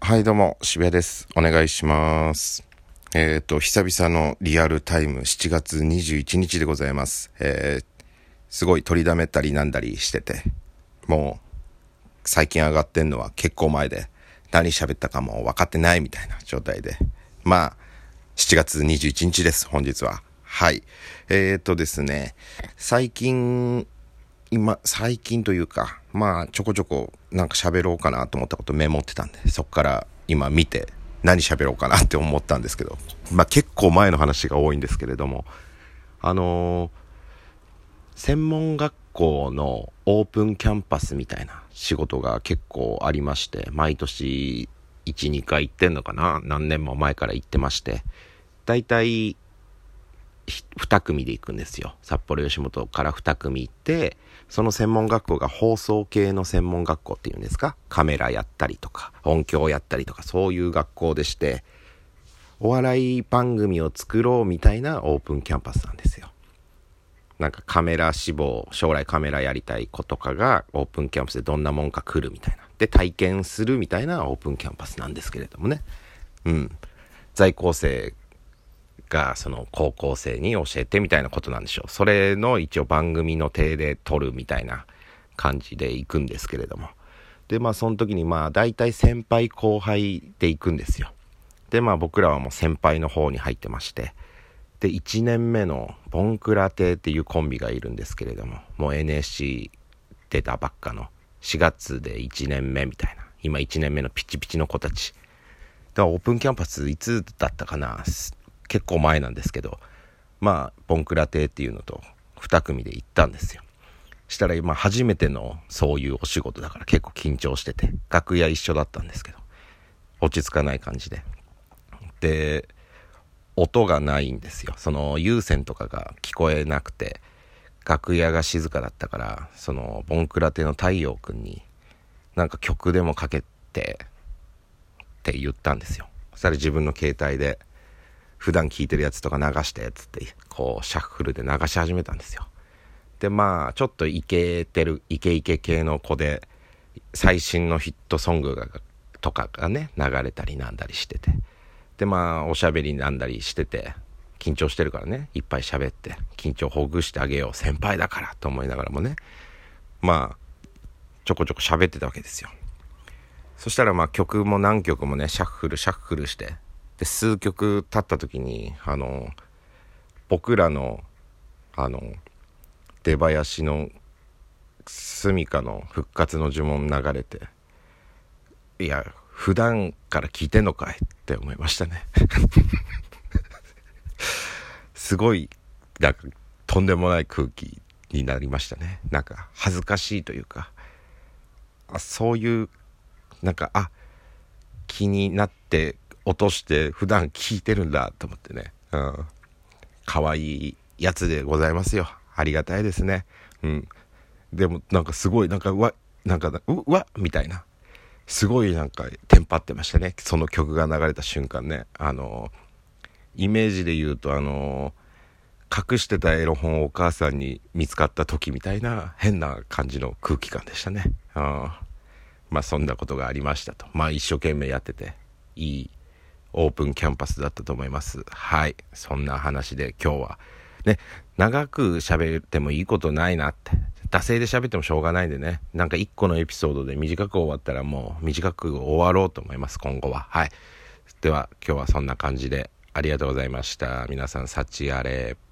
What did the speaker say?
はいどうも渋谷です。お願いします。久々のリアルタイム7月21日でございます。すごい取りだめたりなんだりしてて、もう最近上がってんのは結構前で何喋ったかも分かってないみたいな状態で、まあ7月21日です本日は。はい。ですね、最近というか、まあちょこちょこなんか喋ろうかなと思ったことメモってたんで、そっから今見て何喋ろうかなって思ったんですけど、まあ結構前の話が多いんですけれども、専門学校のオープンキャンパスみたいな仕事が結構ありまして、毎年 1,2 回行ってんのかな、何年も前から行ってまして、だいたい2組で行くんですよ。札幌吉本から2組行って、その専門学校が放送系の専門学校っていうんですか、カメラやったりとか音響やったりとか、そういう学校でして、お笑い番組を作ろうみたいなオープンキャンパスなんですよ。なんかカメラ志望、将来カメラやりたい子とかがオープンキャンパスでどんなもんか来るみたいなで体験するみたいなオープンキャンパスなんですけれどもね。在校生がその高校生に教えてみたいなことなんでしょう。それの一応番組の体で撮るみたいな感じで行くんですけれども、でまあその時にまあ大体先輩後輩で行くんですよ。でまあ僕らはもう先輩の方に入ってまして、で1年目のボンクラ亭っていうコンビがいるんですけれども、もう NSC 出たばっかの4月で1年目みたいな、今1年目のピチピチの子たちだから、オープンキャンパスいつだったかな、結構前なんですけど、まあボンクラ亭っていうのと2組で行ったんですよ。したら今初めてのそういうお仕事だから結構緊張してて、楽屋一緒だったんですけど落ち着かない感じで音がないんですよ。その有線とかが聞こえなくて楽屋が静かだったから、そのボンクラ亭の太陽くんになんか曲でもかけてって言ったんですよ。そしたら自分の携帯で普段聴いてるやつとか流してっつってこうシャッフルで流し始めたんですよ。でまあちょっとイケ系の子で最新のヒットソングとかがね流れたりなんだりしてて、でまあおしゃべりなんだりしてて緊張してるからね、いっぱい喋って緊張ほぐしてあげよう先輩だからと思いながらもね、まあちょこちょこ喋ってたわけですよ。そしたらまあ曲も何曲もねシャッフルして、で数曲経った時に僕らの出囃子のスミカの復活の呪文流れて、いや普段から聞いてんのかいって思いましたねすごいなんかとんでもない空気になりましたね。なんか恥ずかしいというか、そういうなんか気になって落として普段聞いてるんだと思ってね、可愛いやつでございますよ。ありがたいですね。でもなんかすごいなんかうわみたいな、すごいなんかテンパってましたね。その曲が流れた瞬間ね、イメージで言うと隠してたエロ本をお母さんに見つかった時みたいな変な感じの空気感でしたね。まあそんなことがありましたと。まあ一生懸命やってていいオープンキャンパスだったと思います。はい、そんな話で今日はね、長く喋ってもいいことないなって、惰性で喋ってもしょうがないんでね、なんか一個のエピソードで短く終わったらもう短く終わろうと思います今後は。はい、では今日はそんな感じでありがとうございました。皆さん幸あれ。